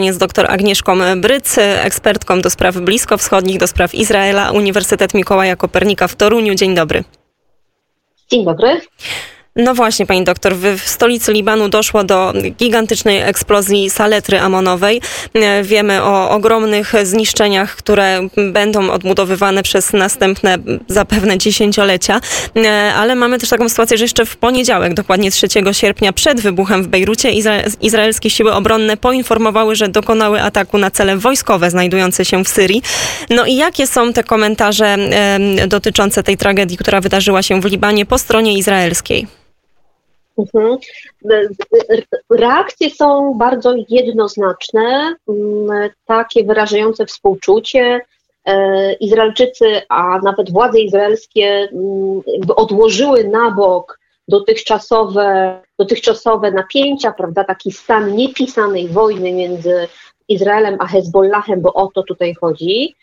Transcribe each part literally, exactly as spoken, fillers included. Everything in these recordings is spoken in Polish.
z dr Agnieszką Bryc, ekspertką do spraw bliskowschodnich, do spraw Izraela, Uniwersytet Mikołaja Kopernika w Toruniu. Dzień dobry. Dzień dobry. No właśnie, pani doktor, w stolicy Libanu doszło do gigantycznej eksplozji saletry amonowej. Wiemy o ogromnych zniszczeniach, które będą odbudowywane przez następne zapewne dziesięciolecia, ale mamy też taką sytuację, że jeszcze w poniedziałek, dokładnie trzeciego sierpnia, przed wybuchem w Bejrucie, izra- izraelskie siły obronne poinformowały, że dokonały ataku na cele wojskowe znajdujące się w Syrii. No i jakie są te komentarze e, dotyczące tej tragedii, która wydarzyła się w Libanie po stronie izraelskiej? Mhm. Reakcje są bardzo jednoznaczne, takie wyrażające współczucie. Izraelczycy, a nawet władze izraelskie jakby odłożyły na bok dotychczasowe, dotychczasowe napięcia, prawda, taki stan niepisanej wojny między Izraelem a Hezbollahem, bo o to tutaj chodzi.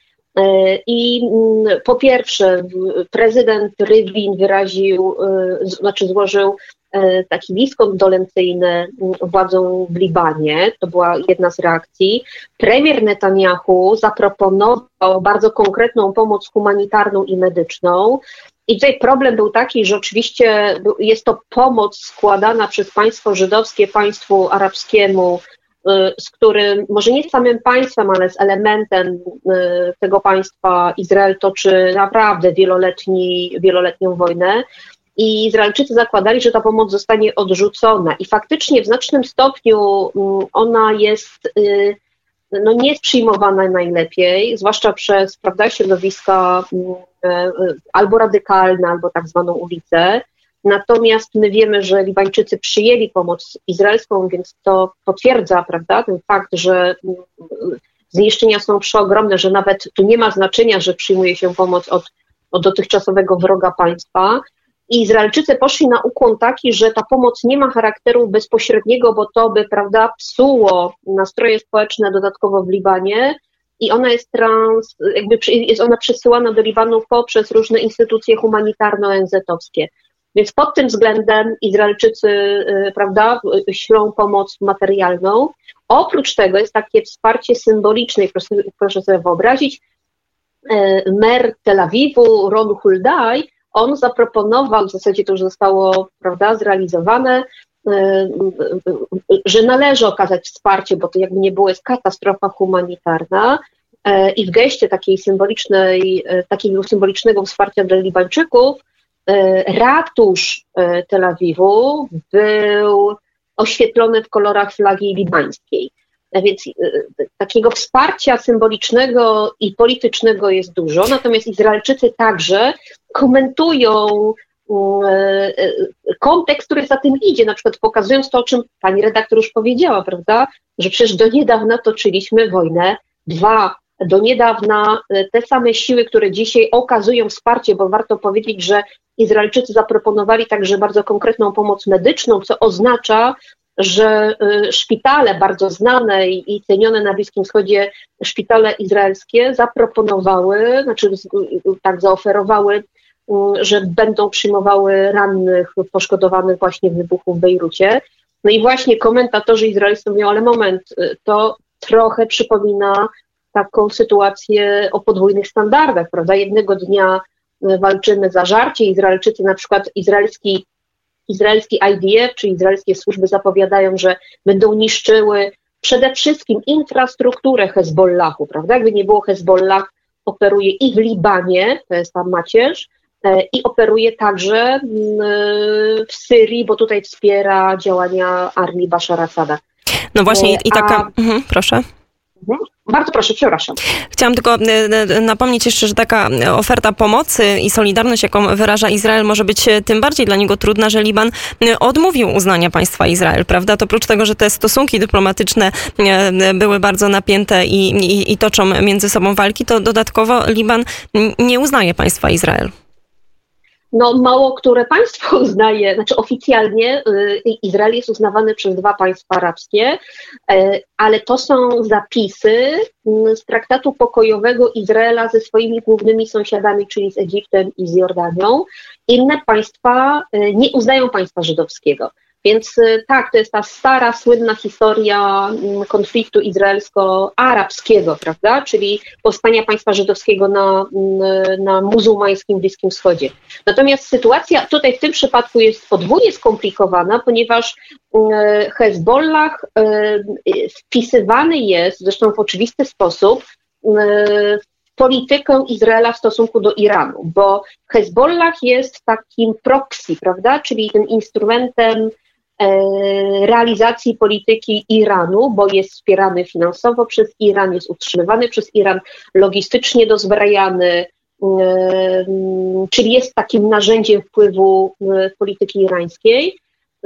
I po pierwsze prezydent Rivlin wyraził, znaczy złożył taki list kondolencyjny władzom w Libanie, to była jedna z reakcji. Premier Netanyahu zaproponował bardzo konkretną pomoc humanitarną i medyczną. I tutaj problem był taki, że oczywiście jest to pomoc składana przez państwo żydowskie państwu arabskiemu, z którym, może nie z samym państwem, ale z elementem tego państwa Izrael toczy naprawdę wieloletni, wieloletnią wojnę. I Izraelczycy zakładali, że ta pomoc zostanie odrzucona. I faktycznie w znacznym stopniu ona jest, no nie jest przyjmowana najlepiej, zwłaszcza przez, prawda, środowiska albo radykalne, albo tak zwaną ulicę. Natomiast my wiemy, że Libańczycy przyjęli pomoc izraelską, więc to potwierdza, prawda, ten fakt, że zniszczenia są przeogromne, że nawet tu nie ma znaczenia, że przyjmuje się pomoc od, od dotychczasowego wroga państwa. I Izraelczycy poszli na ukłon taki, że ta pomoc nie ma charakteru bezpośredniego, bo to by, prawda, psuło nastroje społeczne dodatkowo w Libanie i ona jest trans, jakby jest ona przesyłana do Libanu poprzez różne instytucje humanitarno-O N Z-owskie. Więc pod tym względem Izraelczycy, prawda, ślą pomoc materialną. Oprócz tego jest takie wsparcie symboliczne, proszę, proszę sobie wyobrazić, mer Tel Awiwu, Ron Huldai, on zaproponował, w zasadzie to już zostało, prawda, zrealizowane, że należy okazać wsparcie, bo to jakby nie było, jest katastrofa humanitarna i w geście takiej symbolicznej, takiego symbolicznego wsparcia dla Libańczyków ratusz Tel Awiwu był oświetlony w kolorach flagi libańskiej. Więc takiego wsparcia symbolicznego i politycznego jest dużo, natomiast Izraelczycy także komentują kontekst, który za tym idzie, na przykład pokazując to, o czym pani redaktor już powiedziała, prawda, że przecież do niedawna toczyliśmy wojnę dwa. Do niedawna te same siły, które dzisiaj okazują wsparcie, bo warto powiedzieć, że Izraelczycy zaproponowali także bardzo konkretną pomoc medyczną, co oznacza, że szpitale bardzo znane i cenione na Bliskim Wschodzie, szpitale izraelskie zaproponowały, znaczy tak zaoferowały, że będą przyjmowały rannych, poszkodowanych właśnie w wybuchu w Bejrucie. No i właśnie komentatorzy izraelscy mówią, ale moment, to trochę przypomina taką sytuację o podwójnych standardach, prawda? Jednego dnia walczymy za żarcie, Izraelczycy, na przykład izraelski, izraelski I D F, czy izraelskie służby zapowiadają, że będą niszczyły przede wszystkim infrastrukturę Hezbollahu, prawda? Jakby nie było, Hezbollah operuje i w Libanie, to jest tam macierz, i operuje także w Syrii, bo tutaj wspiera działania armii Bashara Asada. No właśnie i taka, A... mhm, proszę. Bardzo proszę, przepraszam. Chciałam tylko napomnieć jeszcze, że taka oferta pomocy i solidarność, jaką wyraża Izrael, może być tym bardziej dla niego trudna, że Liban odmówił uznania państwa Izrael, prawda? To oprócz tego, że te stosunki dyplomatyczne były bardzo napięte i, i, i toczą między sobą walki, to dodatkowo Liban nie uznaje państwa Izrael. No mało które państwo uznaje, znaczy oficjalnie Izrael jest uznawany przez dwa państwa arabskie, ale to są zapisy z traktatu pokojowego Izraela ze swoimi głównymi sąsiadami, czyli z Egiptem i z Jordanią. Inne państwa nie uznają państwa żydowskiego. Więc tak, to jest ta stara, słynna historia konfliktu izraelsko-arabskiego, prawda, czyli powstania państwa żydowskiego na, na muzułmańskim Bliskim Wschodzie. Natomiast sytuacja tutaj w tym przypadku jest podwójnie skomplikowana, ponieważ Hezbollah wpisywany jest, zresztą w oczywisty sposób, w politykę Izraela w stosunku do Iranu, bo Hezbollah jest takim proxy, prawda, czyli tym instrumentem realizacji polityki Iranu, bo jest wspierany finansowo przez Iran, jest utrzymywany przez Iran, logistycznie dozbrajany, czyli jest takim narzędziem wpływu polityki irańskiej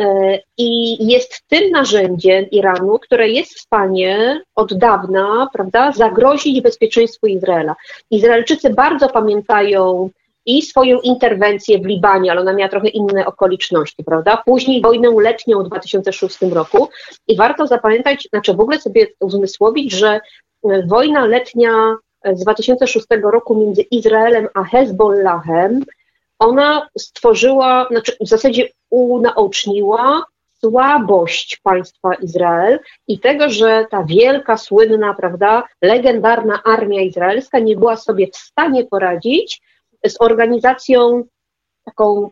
i jest tym narzędziem Iranu, które jest w stanie od dawna, prawda, zagrozić bezpieczeństwu Izraela. Izraelczycy bardzo pamiętają i swoją interwencję w Libanie, ale ona miała trochę inne okoliczności, prawda? Później wojnę letnią w dwa tysiące szóstym roku i warto zapamiętać, znaczy w ogóle sobie uzmysłowić, że wojna letnia z dwa tysiące szóstego roku między Izraelem a Hezbollahem, ona stworzyła, znaczy w zasadzie unaoczniła słabość państwa Izrael i tego, że ta wielka, słynna, prawda, legendarna armia izraelska nie była sobie w stanie poradzić z organizacją taką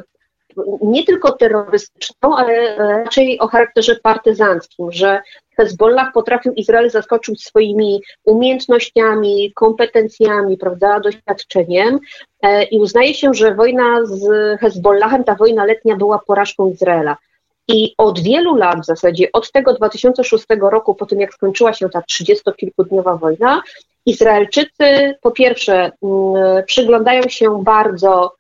nie tylko terrorystyczną, ale raczej o charakterze partyzanckim, że Hezbollah potrafił Izrael zaskoczyć swoimi umiejętnościami, kompetencjami, prawda, doświadczeniem i uznaje się, że wojna z Hezbollahem, ta wojna letnia była porażką Izraela. I od wielu lat w zasadzie, od tego dwa tysiące szóstego roku, po tym jak skończyła się ta trzydziestokilkudniowa wojna, Izraelczycy po pierwsze przyglądają się bardzo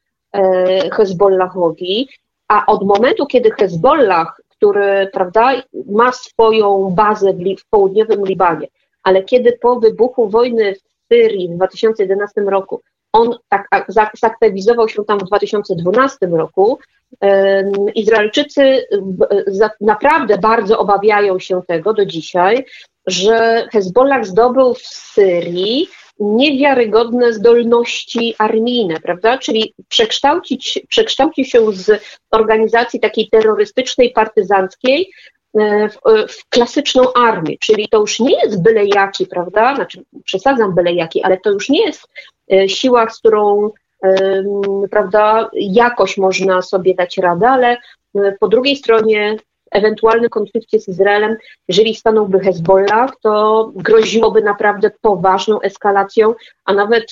Hezbollahowi, a od momentu, kiedy Hezbollah, który, prawda, ma swoją bazę w południowym Libanie, ale kiedy po wybuchu wojny w Syrii w dwa tysiące jedenastym roku on tak zaktywizował się tam w dwa tysiące dwunastym roku, Izraelczycy naprawdę bardzo obawiają się tego do dzisiaj, że Hezbollah zdobył w Syrii niewiarygodne zdolności armijne, prawda? Czyli przekształcić, przekształcił się z organizacji takiej terrorystycznej, partyzanckiej w, w klasyczną armię, czyli to już nie jest byle jaki, prawda? Znaczy, przesadzam byle jaki, ale to już nie jest siła, z którą, prawda, jakoś można sobie dać radę, ale po drugiej stronie w ewentualnym konflikcie z Izraelem, jeżeli stanąłby Hezbollah, to groziłoby naprawdę poważną eskalacją, a nawet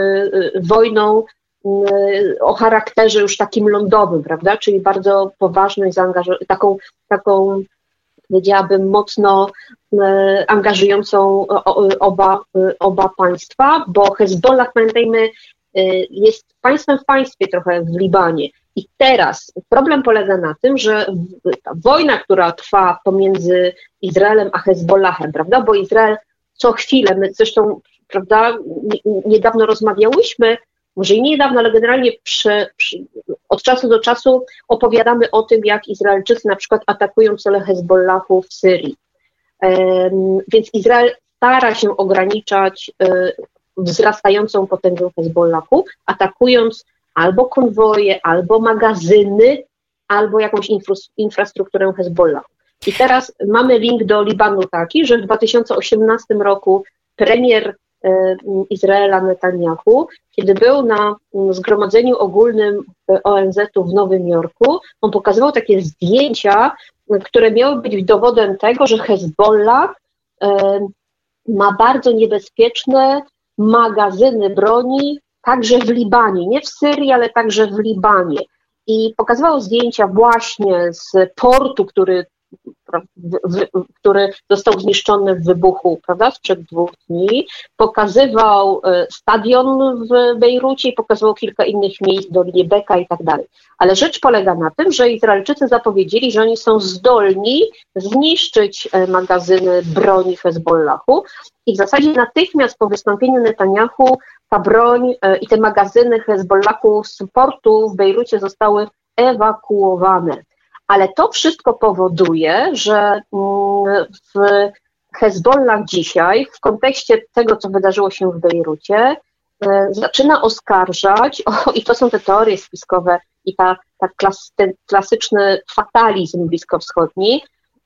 wojną o charakterze już takim lądowym, prawda, czyli bardzo poważną i zaangażowaną, taką, taką, powiedziałabym, mocno angażującą oba, oba państwa, bo Hezbollah, pamiętajmy, jest państwem w państwie trochę w Libanie. I teraz problem polega na tym, że ta wojna, która trwa pomiędzy Izraelem a Hezbollahem, prawda, bo Izrael co chwilę, my zresztą, prawda, niedawno rozmawiałyśmy, może i nie niedawno, ale generalnie przy, przy, od czasu do czasu opowiadamy o tym, jak Izraelczycy na przykład atakują cele Hezbollahu w Syrii. Um, więc Izrael stara się ograniczać um, wzrastającą potęgę Hezbollahu, atakując albo konwoje, albo magazyny, albo jakąś infra- infrastrukturę Hezbollahu. I teraz mamy link do Libanu taki, że w dwa tysiące osiemnastym roku premier Izraela Netanyahu, kiedy był na Zgromadzeniu Ogólnym O N Z-u w Nowym Jorku, on pokazywał takie zdjęcia, które miały być dowodem tego, że Hezbollah ma bardzo niebezpieczne magazyny broni także w Libanie, nie w Syrii, ale także w Libanie. I pokazywał zdjęcia właśnie z portu, który W, w, który został zniszczony w wybuchu, prawda, sprzed dwóch dni, pokazywał stadion w Bejrucie i pokazywał kilka innych miejsc, Dolinie Beka i tak dalej. Ale rzecz polega na tym, że Izraelczycy zapowiedzieli, że oni są zdolni zniszczyć magazyny broni Hezbollahu i w zasadzie natychmiast po wystąpieniu Netanyahu ta broń i te magazyny Hezbollahu z portu w Bejrucie zostały ewakuowane. Ale to wszystko powoduje, że w Hezbollah dzisiaj, w kontekście tego, co wydarzyło się w Bejrucie, zaczyna oskarżać, o, i to są te teorie spiskowe, i ta, ta klas, ten klasyczny fatalizm bliskowschodni.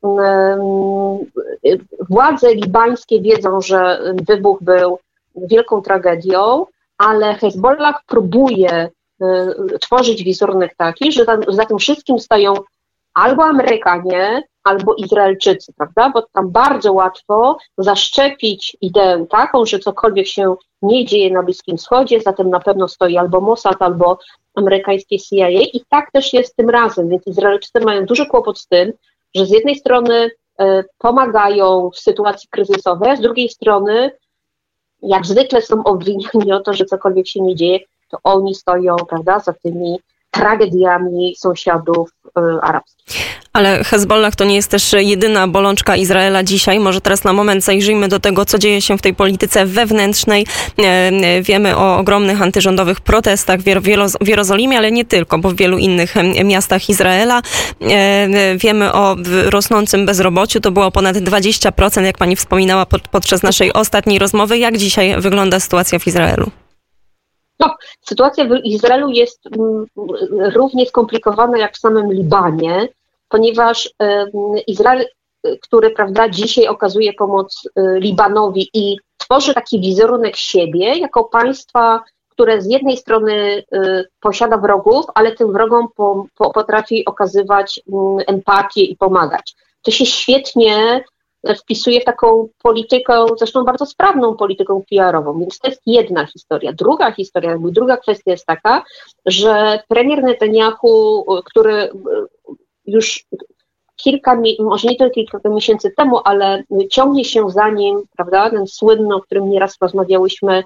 Władze libańskie wiedzą, że wybuch był wielką tragedią, ale Hezbollah próbuje tworzyć wizerunek taki, że tam, za tym wszystkim stoją albo Amerykanie, albo Izraelczycy, prawda? Bo tam bardzo łatwo zaszczepić ideę taką, że cokolwiek się nie dzieje na Bliskim Wschodzie, zatem na pewno stoi albo Mossad, albo amerykańskie C I A i tak też jest tym razem, więc Izraelczycy mają duży kłopot z tym, że z jednej strony e, pomagają w sytuacji kryzysowej, a z drugiej strony jak zwykle są obwiniani o to, że cokolwiek się nie dzieje, to oni stoją, prawda, za tymi tragediami sąsiadów y, arabskich. Ale Hezbollah to nie jest też jedyna bolączka Izraela dzisiaj. Może teraz na moment zajrzyjmy do tego, co dzieje się w tej polityce wewnętrznej. E, wiemy o ogromnych antyrządowych protestach w, Wielo- w Jerozolimie, ale nie tylko, bo w wielu innych miastach Izraela. E, wiemy o rosnącym bezrobociu. To było ponad dwadzieścia procent, jak pani wspominała pod, podczas naszej ostatniej rozmowy. Jak dzisiaj wygląda sytuacja w Izraelu? No, sytuacja w Izraelu jest mm, równie skomplikowana jak w samym Libanie, ponieważ y, Izrael, który, prawda, dzisiaj okazuje pomoc y, Libanowi i tworzy taki wizerunek siebie jako państwa, które z jednej strony y, posiada wrogów, ale tym wrogom po, po, potrafi okazywać y, empatię i pomagać. To się świetnie wpisuje w taką politykę, zresztą bardzo sprawną polityką P R-ową, więc to jest jedna historia. Druga historia, jakby druga kwestia jest taka, że premier Netanyahu, który już kilka, może nie tylko kilka miesięcy temu, ale ciągnie się za nim, prawda, ten słynny, o którym nieraz rozmawiałyśmy,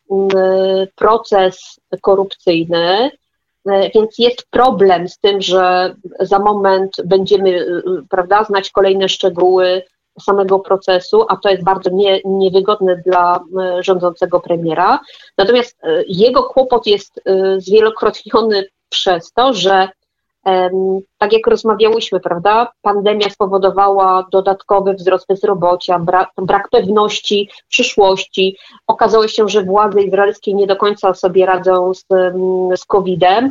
proces korupcyjny, więc jest problem z tym, że za moment będziemy, prawda, znać kolejne szczegóły samego procesu, a to jest bardzo nie, niewygodne dla rządzącego premiera. Natomiast jego kłopot jest zwielokrotniony przez to, że tak jak rozmawiałyśmy, prawda, pandemia spowodowała dodatkowy wzrost bezrobocia, brak, brak pewności przyszłości. Okazało się, że władze izraelskie nie do końca sobie radzą z, z kowidem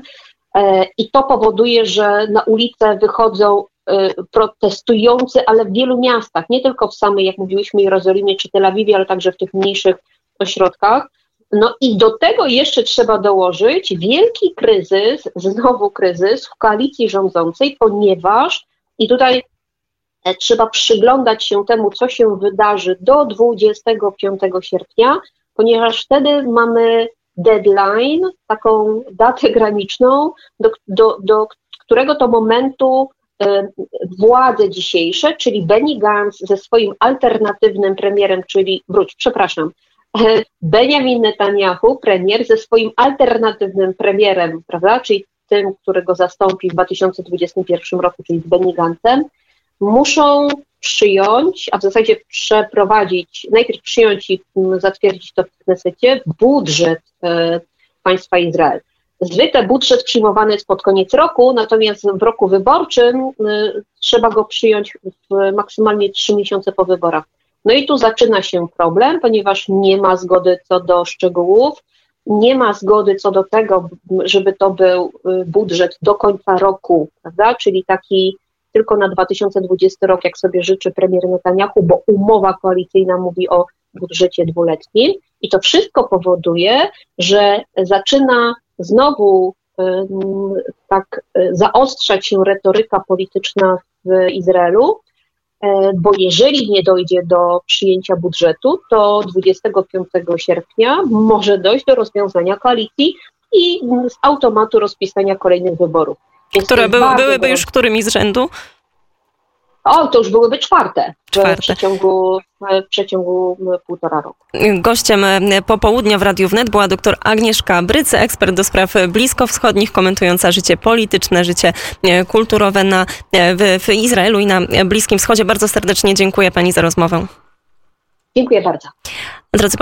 i to powoduje, że na ulicę wychodzą protestujący, ale w wielu miastach, nie tylko w samej, jak mówiłyśmy, Jerozolimie czy Tel Awiwie, ale także w tych mniejszych ośrodkach. No i do tego jeszcze trzeba dołożyć wielki kryzys, znowu kryzys w koalicji rządzącej, ponieważ, i tutaj trzeba przyglądać się temu, co się wydarzy do dwudziestego piątego sierpnia, ponieważ wtedy mamy deadline, taką datę graniczną, do, do, do którego to momentu władze dzisiejsze, czyli Benny Gantz ze swoim alternatywnym premierem, czyli, wróć, przepraszam, Benjamin Netanyahu, premier ze swoim alternatywnym premierem, prawda, czyli tym, którego zastąpi w dwa tysiące dwudziestym pierwszym roku, czyli z Benny Gantzem, muszą przyjąć, a w zasadzie przeprowadzić, najpierw przyjąć i zatwierdzić to w Knesecie, budżet e, państwa Izrael. Zwykle budżet przyjmowany jest pod koniec roku, natomiast w roku wyborczym y, trzeba go przyjąć w maksymalnie trzy miesiące po wyborach. No i tu zaczyna się problem, ponieważ nie ma zgody co do szczegółów, nie ma zgody co do tego, żeby to był budżet do końca roku, prawda? Czyli taki tylko na dwa tysiące dwudziesty rok, jak sobie życzy premier Netanyahu, bo umowa koalicyjna mówi o budżecie dwuletnim i to wszystko powoduje, że zaczyna znowu um, tak zaostrzać się retoryka polityczna w Izraelu, bo jeżeli nie dojdzie do przyjęcia budżetu, to dwudziestego piątego sierpnia może dojść do rozwiązania koalicji i z automatu rozpisania kolejnych wyborów. Więc które były, byłyby bardzo... już którymi z rzędu? O, to już byłyby czwarte, czwarte. W, przeciągu, w przeciągu półtora roku. Gościem popołudnia w Radiu Wnet była dr Agnieszka Bryc, ekspert do spraw bliskowschodnich, komentująca życie polityczne, życie kulturowe na, w, w Izraelu i na Bliskim Wschodzie. Bardzo serdecznie dziękuję pani za rozmowę. Dziękuję bardzo. Drodzy